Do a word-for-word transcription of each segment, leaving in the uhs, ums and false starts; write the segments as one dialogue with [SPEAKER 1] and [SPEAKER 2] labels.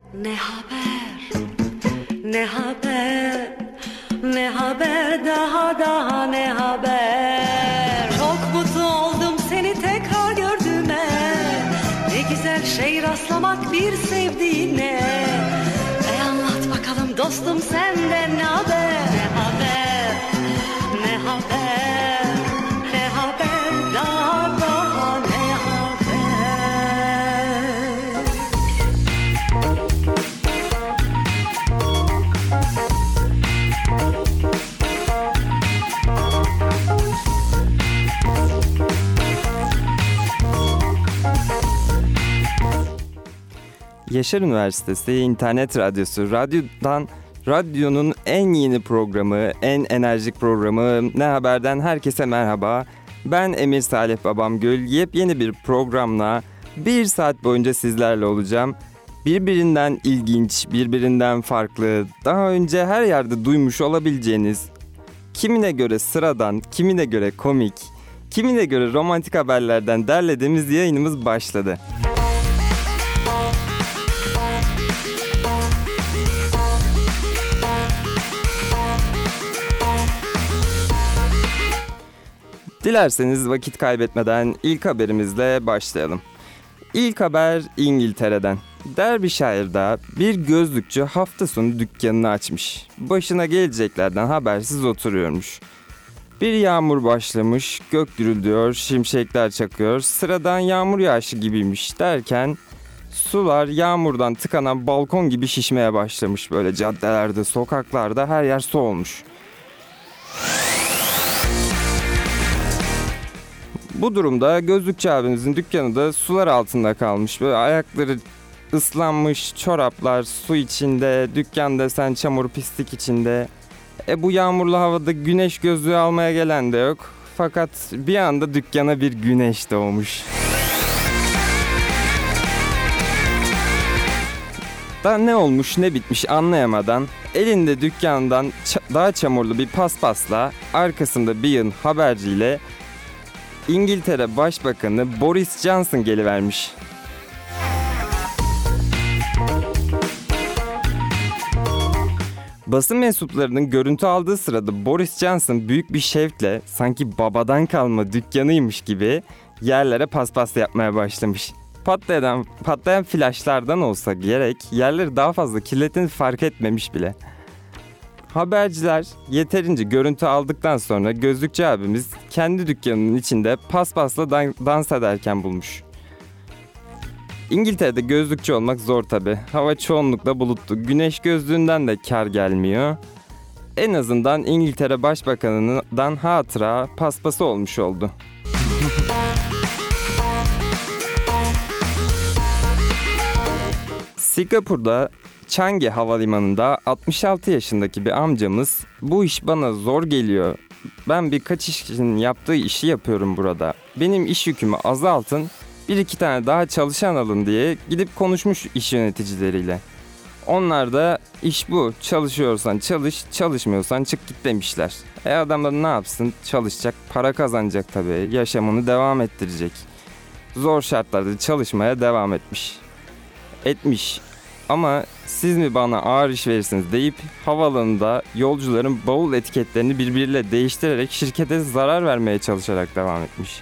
[SPEAKER 1] Ne haber, ne haber, ne haber, daha daha ne haber. Çok mutlu oldum seni tekrar gördüğüme. Ne güzel şey rastlamak bir sevdiğine. E anlat bakalım dostum senden ne haber. Ne haber, ne haber, ne haber, daha daha ne haber.
[SPEAKER 2] Yaşar Üniversitesi İnternet Radyosu, radyodan radyonun en yeni programı, en enerjik programı Ne Haber'den herkese merhaba. Ben Emir Salih Babamgül, yepyeni bir programla bir saat boyunca sizlerle olacağım. Birbirinden ilginç, birbirinden farklı, daha önce her yerde duymuş olabileceğiniz, kimine göre sıradan, kimine göre komik, kimine göre romantik haberlerden derlediğimiz yayınımız başladı. Dilerseniz vakit kaybetmeden ilk haberimizle başlayalım. İlk haber İngiltere'den. Derbyshire'da bir gözlükçü hafta sonu dükkanını açmış. Başına geleceklerden habersiz oturuyormuş. Bir yağmur başlamış, gök gürültüyor, şimşekler çakıyor, sıradan yağmur yağışı gibiymiş derken sular yağmurdan tıkanan balkon gibi şişmeye başlamış. Böyle caddelerde, sokaklarda her yer su olmuş. Bu durumda gözlükçü abimizin dükkanı da sular altında kalmış. Böyle ayakları ıslanmış, çoraplar su içinde, dükkan desen çamur pislik içinde. E bu yağmurlu havada güneş gözlüğü almaya gelen de yok. Fakat bir anda dükkana bir güneş doğmuş. Da ne olmuş ne bitmiş anlayamadan elinde dükkandan ç- daha çamurlu bir paspasla, arkasında bir yığın haberciyle İngiltere Başbakanı Boris Johnson gelivermiş. Basın mensuplarının görüntü aldığı sırada Boris Johnson büyük bir şevkle sanki babadan kalma dükkanıymış gibi yerlere paspas yapmaya başlamış. Patlayan, patlayan flaşlardan olsa gerek yerleri daha fazla kirlettiğini fark etmemiş bile. Haberciler yeterince görüntü aldıktan sonra gözlükçü abimiz kendi dükkanının içinde paspasla dan- dans ederken bulmuş. İngiltere'de gözlükçü olmak zor tabi. Hava çoğunlukla bulutlu. Güneş gözlüğünden de kar gelmiyor. En azından İngiltere Başbakanı'ndan hatıra paspası olmuş oldu. Singapur'da Changi Havalimanı'nda altmış altı yaşındaki bir amcamız bu iş bana zor geliyor. Ben birkaç kişinin yaptığı işi yapıyorum burada. Benim iş yükümü azaltın, bir iki tane daha çalışan alın diye gidip konuşmuş iş yöneticileriyle. Onlar da iş bu, çalışıyorsan çalış, çalışmıyorsan çık git demişler. E adam da ne yapsın, çalışacak, para kazanacak tabii, yaşamını devam ettirecek. Zor şartlarda çalışmaya devam etmiş. Etmiş. Ama siz mi bana ağır iş verirsiniz deyip havaalanında yolcuların bavul etiketlerini birbiriyle değiştirerek şirkete zarar vermeye çalışarak devam etmiş.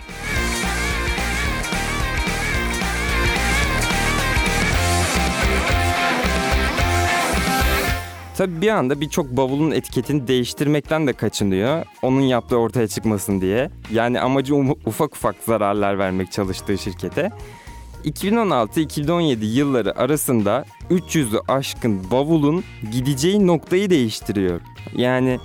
[SPEAKER 2] Tabii bir anda birçok bavulun etiketini değiştirmekten de kaçınıyor. Onun yaptığı ortaya çıkmasın diye. Yani amacı um- ufak ufak zararlar vermek çalıştığı şirkete. iki bin on altı iki bin on yedi yılları arasında üç yüzü aşkın bavulun gideceği noktayı değiştiriyor. Yani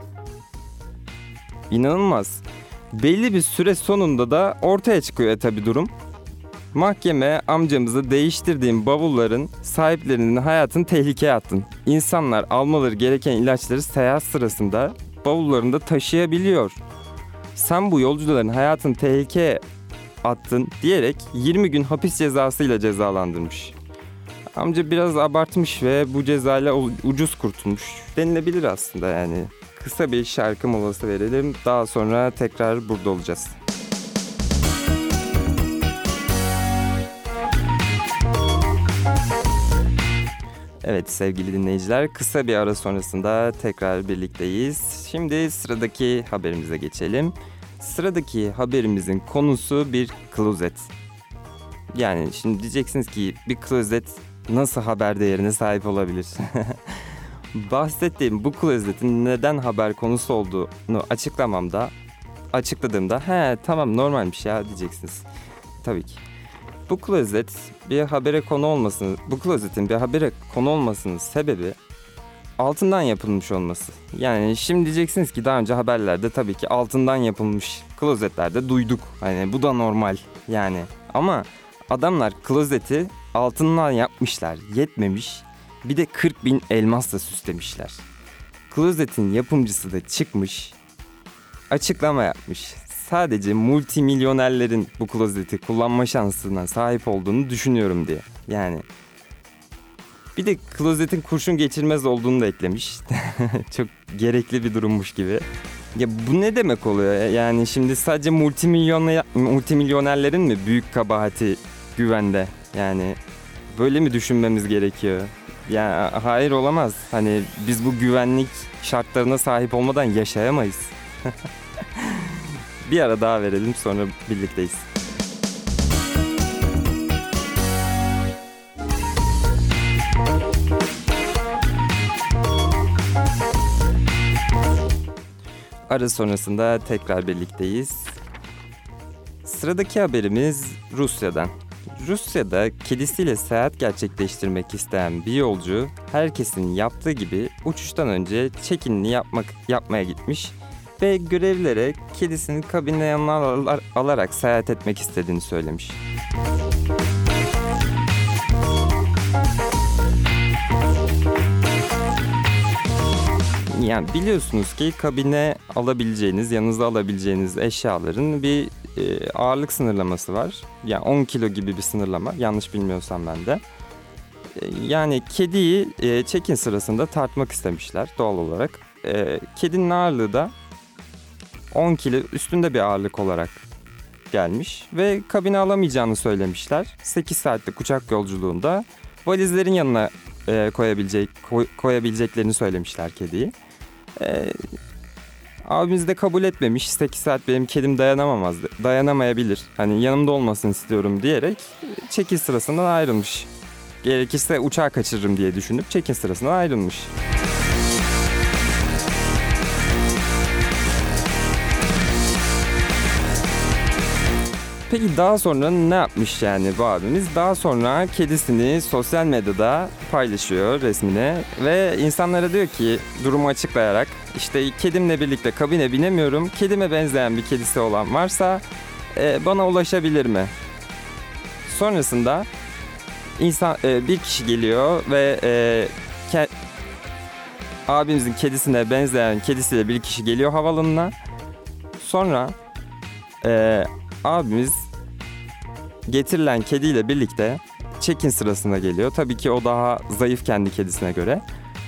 [SPEAKER 2] inanılmaz. Belli bir süre sonunda da ortaya çıkıyor tabii durum. Mahkeme amcamızı değiştirdiğim bavulların sahiplerinin hayatını tehlikeye attın. İnsanlar almaları gereken ilaçları seyahat sırasında bavullarında taşıyabiliyor. Sen bu yolcuların hayatını tehlikeye attın diyerek yirmi gün hapis cezasıyla cezalandırmış. Amca biraz abartmış ve bu cezayla ucuz kurtulmuş denilebilir aslında yani. Kısa bir şarkı molası verelim. Daha sonra tekrar burada olacağız. Evet sevgili dinleyiciler, kısa bir ara sonrasında tekrar birlikteyiz. Şimdi sıradaki haberimize geçelim. Sıradaki haberimizin konusu bir klozet. Yani şimdi diyeceksiniz ki bir klozet nasıl haber değerine sahip olabilir? Bahsettiğim bu klozetin neden haber konusu olduğunu açıklamamda, açıkladığımda he tamam normalmiş ya diyeceksiniz. Tabii ki. Bu klozet bir habere konu olmasının, bu klozetin bir habere konu olmasının sebebi altından yapılmış olması. Yani şimdi diyeceksiniz ki daha önce haberlerde tabii ki altından yapılmış klozetlerde duyduk. Hani bu da normal yani. Ama adamlar klozeti altından yapmışlar, yetmemiş. Bir de kırk bin elmasla süslemişler. Klozetin yapımcısı da çıkmış, açıklama yapmış. Sadece multimilyonerlerin bu klozeti kullanma şansına sahip olduğunu düşünüyorum diye. Yani bir de klozetin kurşun geçirmez olduğunu da eklemiş. Çok gerekli bir durummuş gibi. Ya bu ne demek oluyor? Yani şimdi sadece multimilyoner, multimilyonerlerin mi büyük kabahati güvende? Yani böyle mi düşünmemiz gerekiyor? Yani hayır olamaz. Hani biz bu güvenlik şartlarına sahip olmadan yaşayamayız. Bir ara daha verelim, sonra birlikteyiz. Ara sonrasında tekrar birlikteyiz. Sıradaki haberimiz Rusya'dan. Rusya'da kedisiyle seyahat gerçekleştirmek isteyen bir yolcu herkesin yaptığı gibi uçuştan önce check-in'ini yapmak yapmaya gitmiş ve görevlilere kedisini kabine yanına al- alarak seyahat etmek istediğini söylemiş. Yani biliyorsunuz ki kabine alabileceğiniz, yanınıza alabileceğiniz eşyaların bir e, ağırlık sınırlaması var. Yani on kilo gibi bir sınırlama, yanlış bilmiyorsam ben de. E, yani kediyi e, check-in sırasında tartmak istemişler doğal olarak. E, kedinin ağırlığı da on kilo üstünde bir ağırlık olarak gelmiş ve kabine alamayacağını söylemişler. sekiz saatlik uçak yolculuğunda valizlerin yanına e, koyabilecek koy, koyabileceklerini söylemişler kediyi. E, abimiz de kabul etmemiş. sekiz saat benim kedim dayanamamaz, dayanamayabilir. Hani yanımda olmasını istiyorum diyerek check-in sırasından ayrılmış. Gerekirse uçağı kaçırırım diye düşünüp check-in sırasından ayrılmış. Peki daha sonra ne yapmış yani bu abimiz? Daha sonra kedisini sosyal medyada paylaşıyor resmini ve insanlara diyor ki durumu açıklayarak işte kedimle birlikte kabine binemiyorum. Kedime benzeyen bir kedisi olan varsa e, bana ulaşabilir mi? Sonrasında insan e, bir kişi geliyor ve e, ke, abimizin kedisine benzeyen kedisiyle bir kişi geliyor havaalanına. Sonra e, abimiz getirilen kediyle birlikte check-in sırasına geliyor. Tabii ki o daha zayıf kendi kedisine göre.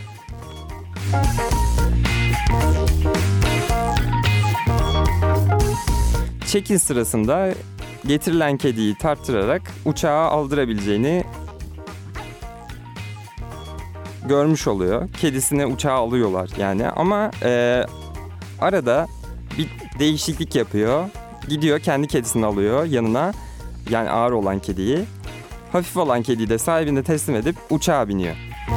[SPEAKER 2] Check-in sırasında getirilen kediyi tarttırarak uçağa aldırabileceğini görmüş oluyor. Kedisini uçağa alıyorlar yani ama e, arada bir değişiklik yapıyor. Gidiyor kendi kedisini alıyor yanına, yani ağır olan kediyi. Hafif olan kediyi de sahibine teslim edip uçağa biniyor.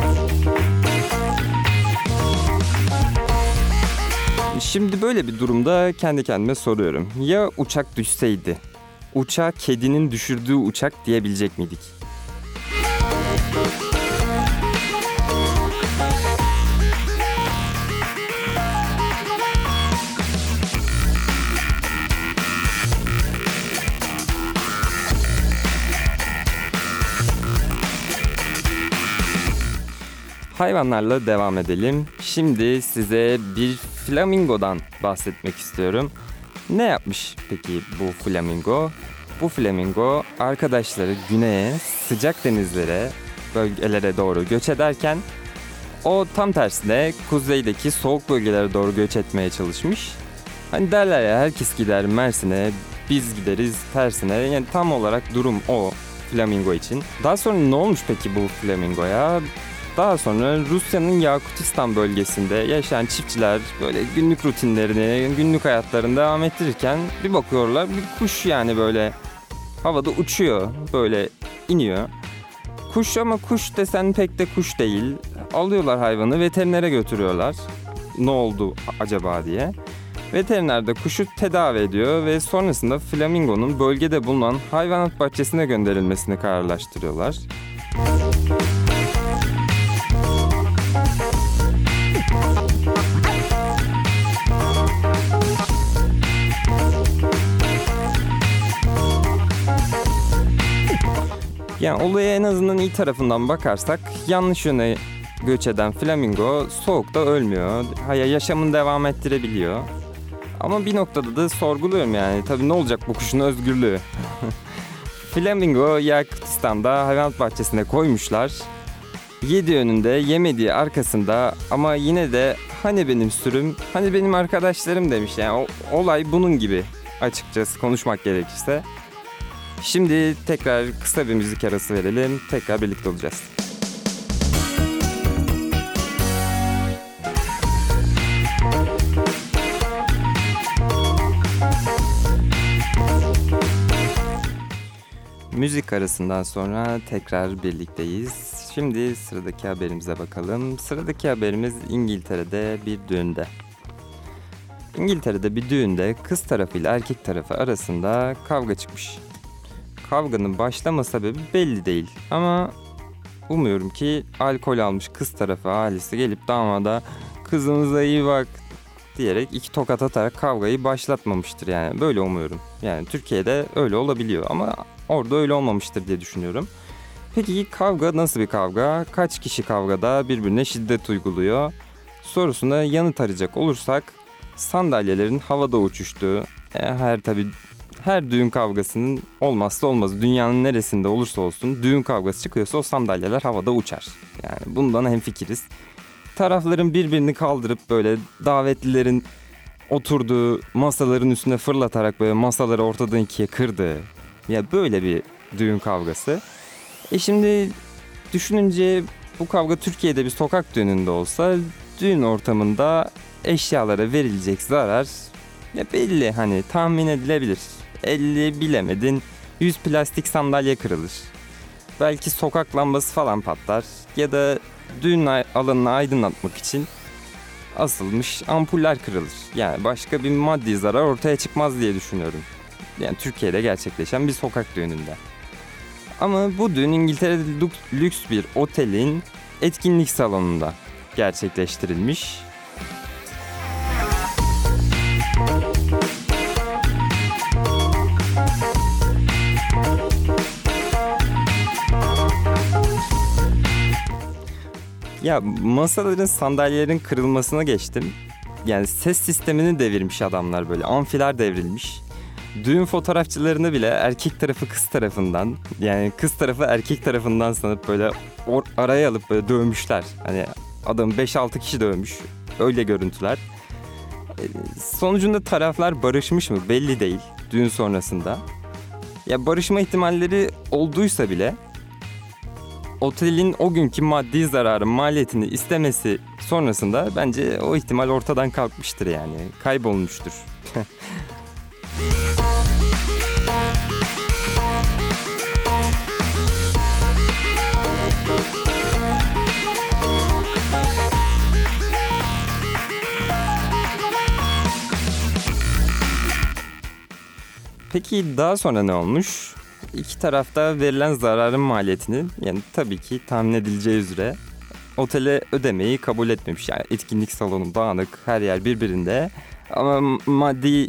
[SPEAKER 2] Şimdi böyle bir durumda kendi kendime soruyorum. Ya uçak düşseydi? Uçağa kedinin düşürdüğü uçak diyebilecek miydik? Hayvanlarla devam edelim. Şimdi size bir flamingodan bahsetmek istiyorum. Ne yapmış peki bu flamingo? Bu flamingo arkadaşları güneye, sıcak denizlere, bölgelere doğru göç ederken o tam tersine kuzeydeki soğuk bölgelere doğru göç etmeye çalışmış. Hani derler ya, herkes gider Mersin'e, biz gideriz tersine. Yani tam olarak durum o flamingo için. Daha sonra ne olmuş peki bu flamingoya? Daha sonra Rusya'nın Yakutistan bölgesinde yaşayan çiftçiler böyle günlük rutinlerini, günlük hayatlarını devam ettirirken bir bakıyorlar bir kuş yani böyle havada uçuyor, böyle iniyor. Kuş ama kuş desen pek de kuş değil. Alıyorlar hayvanı, veterinere götürüyorlar. Ne oldu acaba diye. Veteriner de kuşu tedavi ediyor ve sonrasında flamingonun bölgede bulunan hayvanat bahçesine gönderilmesini kararlaştırıyorlar. Yani olaya en azından iyi tarafından bakarsak yanlış yöne göç eden flamingo soğukta ölmüyor. Hayır, yaşamını devam ettirebiliyor. Ama bir noktada da sorguluyorum yani. Tabii ne olacak bu kuşun özgürlüğü? Flamingo Yakutistan'da hayvanat bahçesine koymuşlar. Yedi önünde, yemediği arkasında ama yine de hani benim sürüm, hani benim arkadaşlarım demiş. Yani o, olay bunun gibi açıkçası konuşmak gerekirse. Şimdi tekrar kısa bir müzik arası verelim. Tekrar birlikte olacağız. Müzik arasından sonra tekrar birlikteyiz. Şimdi sıradaki haberimize bakalım. Sıradaki haberimiz İngiltere'de bir düğünde. İngiltere'de bir düğünde kız tarafıyla erkek tarafı arasında kavga çıkmış. Kavganın başlama sebebi belli değil ama umuyorum ki alkol almış kız tarafı ailesi gelip damada kızımıza iyi bak diyerek iki tokat atarak kavgayı başlatmamıştır yani. Böyle umuyorum. Yani Türkiye'de öyle olabiliyor ama orada öyle olmamıştır diye düşünüyorum. Peki kavga nasıl bir kavga? Kaç kişi kavgada birbirine şiddet uyguluyor? Sorusuna yanıt arayacak olursak sandalyelerin havada uçuştuğu, her tabii her düğün kavgasının olmazsa olmazı, dünyanın neresinde olursa olsun düğün kavgası çıkıyorsa o sandalyeler havada uçar. Yani bundan hemfikiriz. Tarafların birbirini kaldırıp böyle davetlilerin oturduğu masaların üstüne fırlatarak böyle masaları ortadan ikiye kırdığı, ya böyle bir düğün kavgası. E şimdi düşününce bu kavga Türkiye'de bir sokak düğününde olsa düğün ortamında eşyalara verilecek zarar ya belli, hani tahmin edilebilir. elli bilemedin yüz plastik sandalye kırılır. Belki sokak lambası falan patlar ya da düğün alanını aydınlatmak için asılmış ampuller kırılır. Yani başka bir maddi zarar ortaya çıkmaz diye düşünüyorum. Yani Türkiye'de gerçekleşen bir sokak düğününde. Ama bu düğün İngiltere'de lüks bir otelin etkinlik salonunda gerçekleştirilmiş. Ya masaların, sandalyelerin kırılmasına geçtim. Yani ses sistemini devirmiş adamlar böyle. Amfiler devrilmiş. Düğün fotoğrafçılarını bile erkek tarafı kız tarafından, yani kız tarafı erkek tarafından sanıp böyle or- araya alıp böyle dövmüşler. Hani adamı beş altı kişi dövmüş. Öyle görüntüler. Sonucunda taraflar barışmış mı belli değil düğün sonrasında. Ya barışma ihtimalleri olduysa bile otelin o günkü maddi zararın maliyetini istemesi sonrasında bence o ihtimal ortadan kalkmıştır yani. Kaybolmuştur. Peki daha sonra ne olmuş? İki tarafta verilen zararın maliyetini, yani tabii ki tahmin edileceği üzere otele ödemeyi kabul etmemiş. Yani etkinlik salonu dağınık, her yer birbirinde ama maddi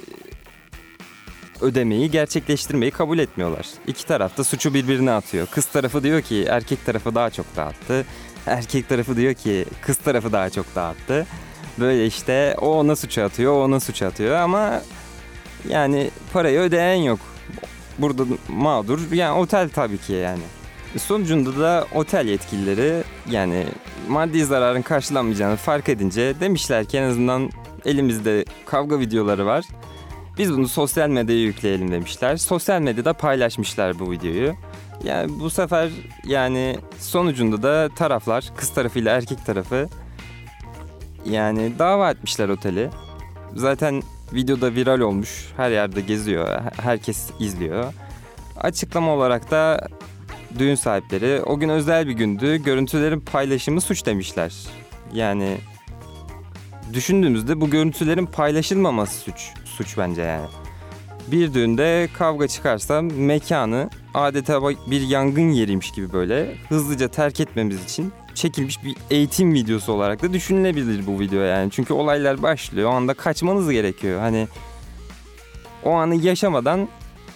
[SPEAKER 2] ödemeyi gerçekleştirmeyi kabul etmiyorlar. İki taraf da suçu birbirine atıyor. Kız tarafı diyor ki erkek tarafı daha çok dağıttı. Erkek tarafı diyor ki kız tarafı daha çok dağıttı. Böyle işte o ona suçu atıyor, o ona suçu atıyor ama yani parayı ödeyen yok. Burada mağdur yani otel tabii ki yani. Sonucunda da otel yetkilileri yani maddi zararın karşılanmayacağını fark edince demişler ki en azından elimizde kavga videoları var. Biz bunu sosyal medyaya yükleyelim demişler. Sosyal medyada paylaşmışlar bu videoyu. Yani bu sefer yani sonucunda da taraflar, kız tarafıyla erkek tarafı yani dava etmişler oteli. Zaten videoda viral olmuş, her yerde geziyor, herkes izliyor. Açıklama olarak da düğün sahipleri o gün özel bir gündü, görüntülerin paylaşımı suç demişler. Yani düşündüğümüzde bu görüntülerin paylaşılmaması suç, suç bence yani. Bir düğünde kavga çıkarsa mekanı adeta bir yangın yeriymiş gibi böyle hızlıca terk etmemiz için çekilmiş bir eğitim videosu olarak da düşünülebilir bu video yani. Çünkü olaylar başlıyor, o anda kaçmanız gerekiyor. Hani o anı yaşamadan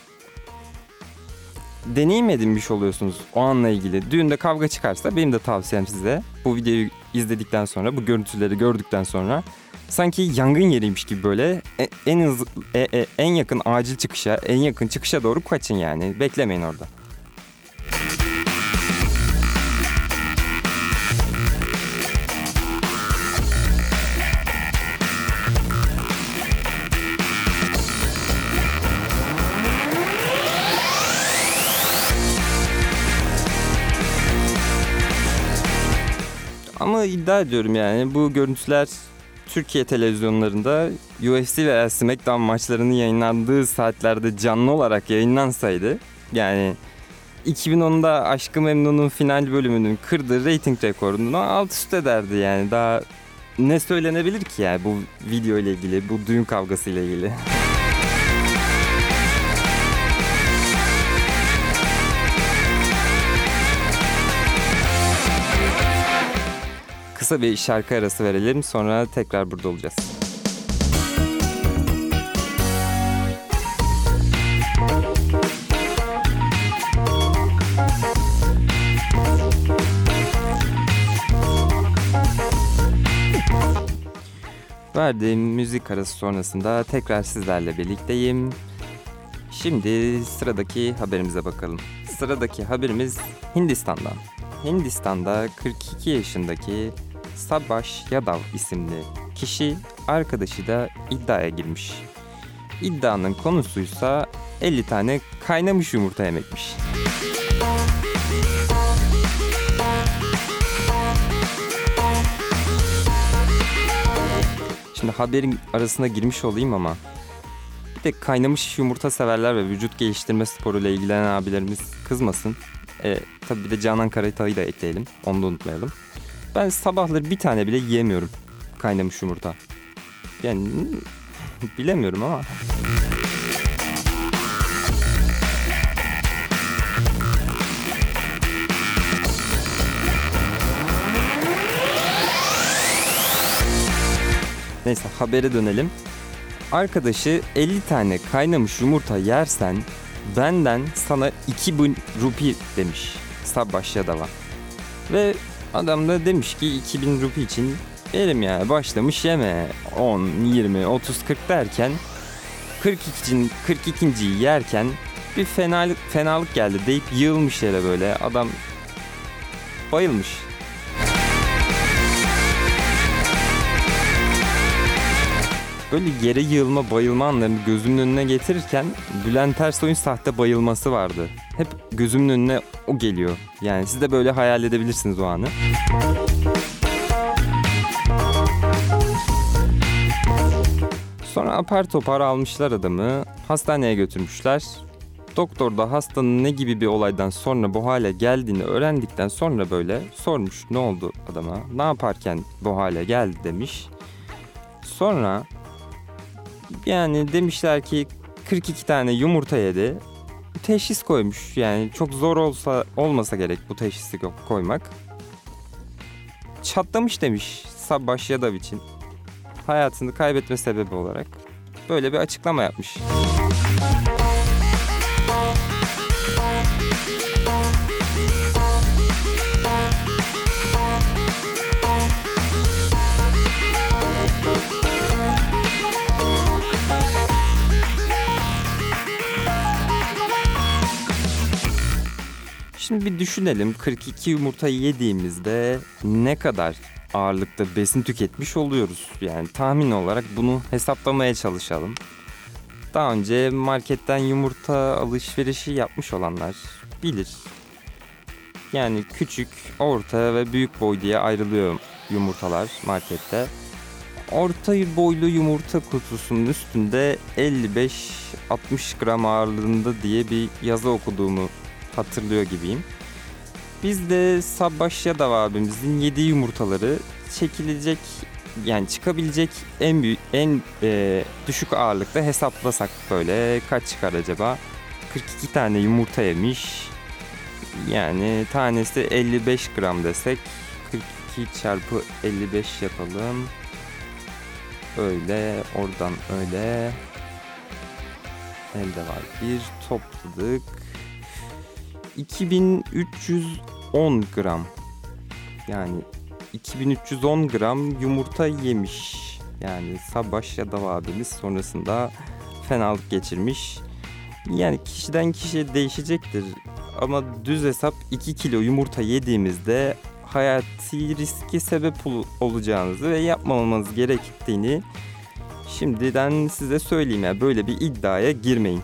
[SPEAKER 2] deneyim edinmiş oluyorsunuz o anla ilgili. Düğünde kavga çıkarsa benim de tavsiyem size bu videoyu izledikten sonra, bu görüntüleri gördükten sonra sanki yangın yeriymiş gibi böyle en hızlı, en yakın acil çıkışa, en yakın çıkışa doğru kaçın yani. Beklemeyin orada. Ama iddia ediyorum yani bu görüntüler Türkiye televizyonlarında U F C ve SmackDown maçlarının yayınlandığı saatlerde canlı olarak yayınlansaydı, yani iki bin onda Aşk-ı Memnun'un final bölümünün kırdığı reyting rekorunu alt üst ederdi yani. Daha ne söylenebilir ki yani bu video ile ilgili, bu düğün kavgası ile ilgili. Kısa bir şarkı arası verelim, sonra tekrar burada olacağız. Verdiğim müzik arası sonrasında tekrar sizlerle birlikteyim. Şimdi sıradaki haberimize bakalım. Sıradaki haberimiz Hindistan'dan. Hindistan'da kırk iki yaşındaki Sabaş Yadav isimli kişi arkadaşıyla iddiaya girmiş. İddianın konusuysa elli tane kaynamış yumurta yemekmiş. Şimdi haberin arasına girmiş olayım ama bir de kaynamış yumurta severler ve vücut geliştirme sporuyla ilgilenen abilerimiz kızmasın. E, tabii bir de Canan Karatay'ı da ekleyelim. Onu da unutmayalım. Ben sabahları bir tane bile yiyemiyorum kaynamış yumurta. Yani bilemiyorum ama. Neyse habere dönelim. Arkadaşı elli tane kaynamış yumurta yersen benden sana iki bin rupi demiş Sabaş Yadav'a. Ve adam da demiş ki iki bin rupi için verim ya, başlamış yeme. on, yirmi, otuz, kırk derken kırk iki. kırk ikinciyi yerken bir fenalık, fenalık geldi deyip yığılmış yere böyle. Adam bayılmış. Böyle yere yığılma, bayılma anlarını gözümün önüne getirirken Bülent Ersoy'un sahte bayılması vardı. Hep gözümün önüne o geliyor. Yani siz de böyle hayal edebilirsiniz o anı. Sonra apar topar almışlar adamı, hastaneye götürmüşler. Doktor da hastanın ne gibi bir olaydan sonra bu hale geldiğini öğrendikten sonra böyle sormuş, ne oldu adama, ne yaparken bu hale geldi demiş. Sonra yani demişler ki kırk iki tane yumurta yedi. Teşhis koymuş. Yani çok zor olsa olmasa gerek bu teşhisi koymak. Çatlamış demiş Sabaş Yadav için. Hayatını kaybetme sebebi olarak böyle bir açıklama yapmış. Şimdi bir düşünelim, kırk iki yumurta yediğimizde ne kadar ağırlıkta besin tüketmiş oluyoruz? Yani tahmin olarak bunu hesaplamaya çalışalım. Daha önce marketten yumurta alışverişi yapmış olanlar bilir. Yani küçük, orta ve büyük boy diye ayrılıyor yumurtalar markette. Orta boylu yumurta kutusunun üstünde elli beş altmış gram ağırlığında diye bir yazı okuduğumu hatırlıyor gibiyim. Biz de Sabbaş Yadav abimizin yediği yumurtaları çekilecek, yani çıkabilecek en büyük, en e, düşük ağırlıkta hesaplasak böyle kaç çıkar acaba? kırk iki tane yumurta yemiş. Yani tanesi elli beş gram desek kırk iki çarpı elli beş yapalım. Öyle, oradan öyle. Elde var bir, topladık. iki bin üç yüz on gram. Yani iki bin üç yüz on gram yumurta yemiş. Yani Sabbaş Yadav abimiz sonrasında fenalık geçirmiş. Yani kişiden kişiye değişecektir. Ama düz hesap iki kilo yumurta yediğimizde hayati riske sebep ol- olacağınızı ve yapmamanız gerektiğini şimdiden size söyleyeyim. Yani böyle bir iddiaya girmeyin.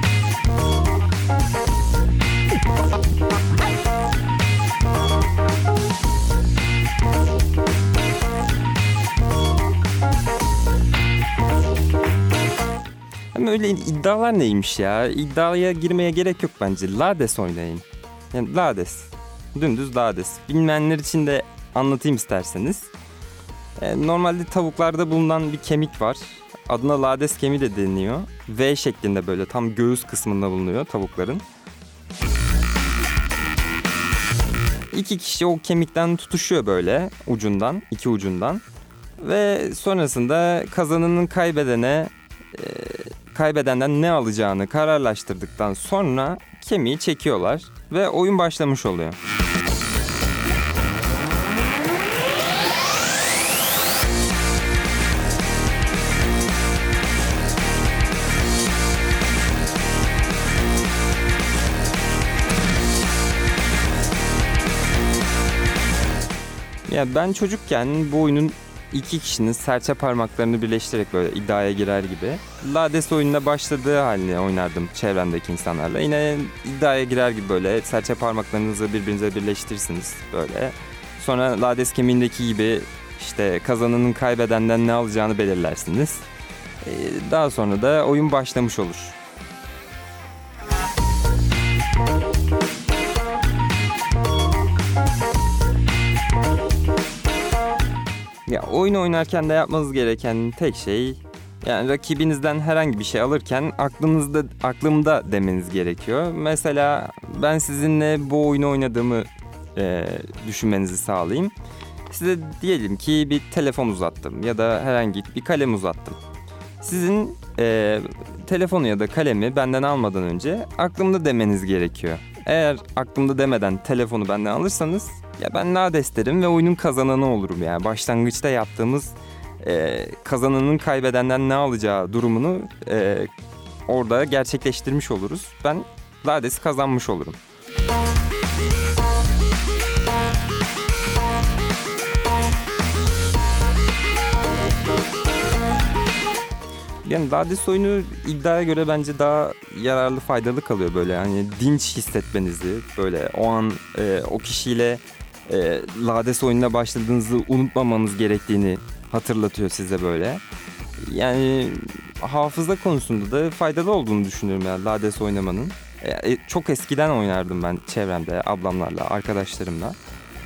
[SPEAKER 2] Ama öyle iddialar neymiş ya? İddiaya girmeye gerek yok bence. Lades oynayın. Yani Lades. Dümdüz Lades. Bilmeyenler için de anlatayım isterseniz. E, normalde tavuklarda bulunan bir kemik var. Adına Lades kemiği de deniyor. V şeklinde böyle tam göğüs kısmında bulunuyor tavukların. İki kişi o kemikten tutuşuyor böyle ucundan, iki ucundan. Ve sonrasında kazananın kaybedene... E, kaybedenden ne alacağını kararlaştırdıktan sonra kemiği çekiyorlar ve oyun başlamış oluyor. Ya ben çocukken bu oyunun İki kişinin serçe parmaklarını birleştirerek böyle iddiaya girer gibi Lades oyununa başladığı halini oynardım çevremdeki insanlarla. Yine iddiaya girer gibi böyle serçe parmaklarınızı birbirinize birleştirirsiniz böyle. Sonra Lades kemiğindeki gibi işte kazananın kaybedenden ne alacağını belirlersiniz. Ee, daha sonra da oyun başlamış olur. Ya oyun oynarken de yapmanız gereken tek şey, yani rakibinizden herhangi bir şey alırken aklınızda aklımda demeniz gerekiyor. Mesela ben sizinle bu oyunu oynadığımı e, düşünmenizi sağlayayım. Size diyelim ki bir telefon uzattım ya da herhangi bir kalem uzattım. Sizin e, telefonu ya da kalemi benden almadan önce aklımda demeniz gerekiyor. Eğer aklımda demeden telefonu benden alırsanız ya ben Lades derim ve oyunun kazananı olurum. Yani başlangıçta yaptığımız e, kazananın kaybedenden ne alacağı durumunu e, orada gerçekleştirmiş oluruz. Ben Lades'i kazanmış olurum. Yani Lades oyunu iddiaya göre bence daha yararlı, faydalı kalıyor böyle. Yani dinç hissetmenizi, böyle o an e, o kişiyle e, Lades oyununa başladığınızı unutmamanız gerektiğini hatırlatıyor size böyle. Yani hafıza konusunda da faydalı olduğunu düşünüyorum yani Lades oynamanın. E, çok eskiden oynardım ben çevremde, ablamlarla, arkadaşlarımla.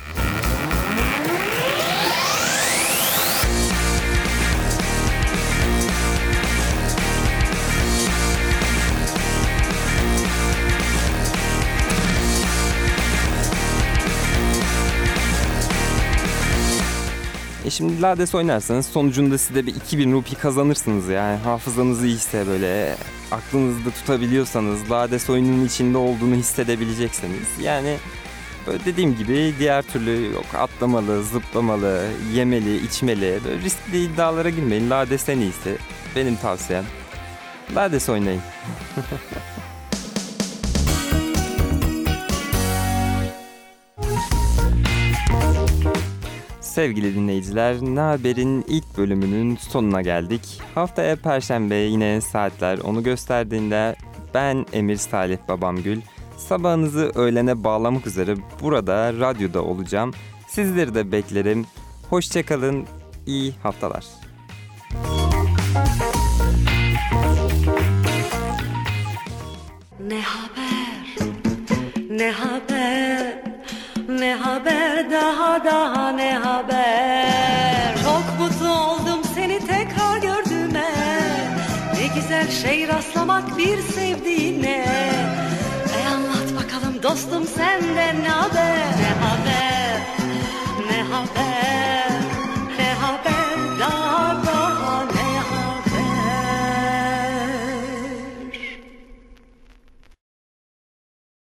[SPEAKER 2] E şimdi Lades oynarsanız sonucunda size bir iki bin rupi kazanırsınız yani. Hafızanız iyiyse, böyle aklınızda tutabiliyorsanız, Lades oyunun içinde olduğunu hissedebileceksiniz. Yani böyle dediğim gibi diğer türlü yok atlamalı, zıplamalı, yemeli, içmeli, böyle riskli iddialara girmeyin. Lades en iyisi. Benim tavsiyem. Lades oynayın. Sevgili dinleyiciler, Ne Haber'in ilk bölümünün sonuna geldik. Haftaya Perşembe yine saatler onu gösterdiğinde ben Emir Salih Babamgül Sabahınızı öğlene bağlamak üzere burada radyoda olacağım. Sizleri de beklerim. Hoşçakalın, iyi haftalar.
[SPEAKER 1] Ne haber, ne haber, ne haber, daha daha ne haber. Çok mutlu oldum seni tekrar gördüğüme. Ne güzel şey rastlamak bir sevdiğine. E anlat bakalım dostum senden ne haber, ne haber, ne haber.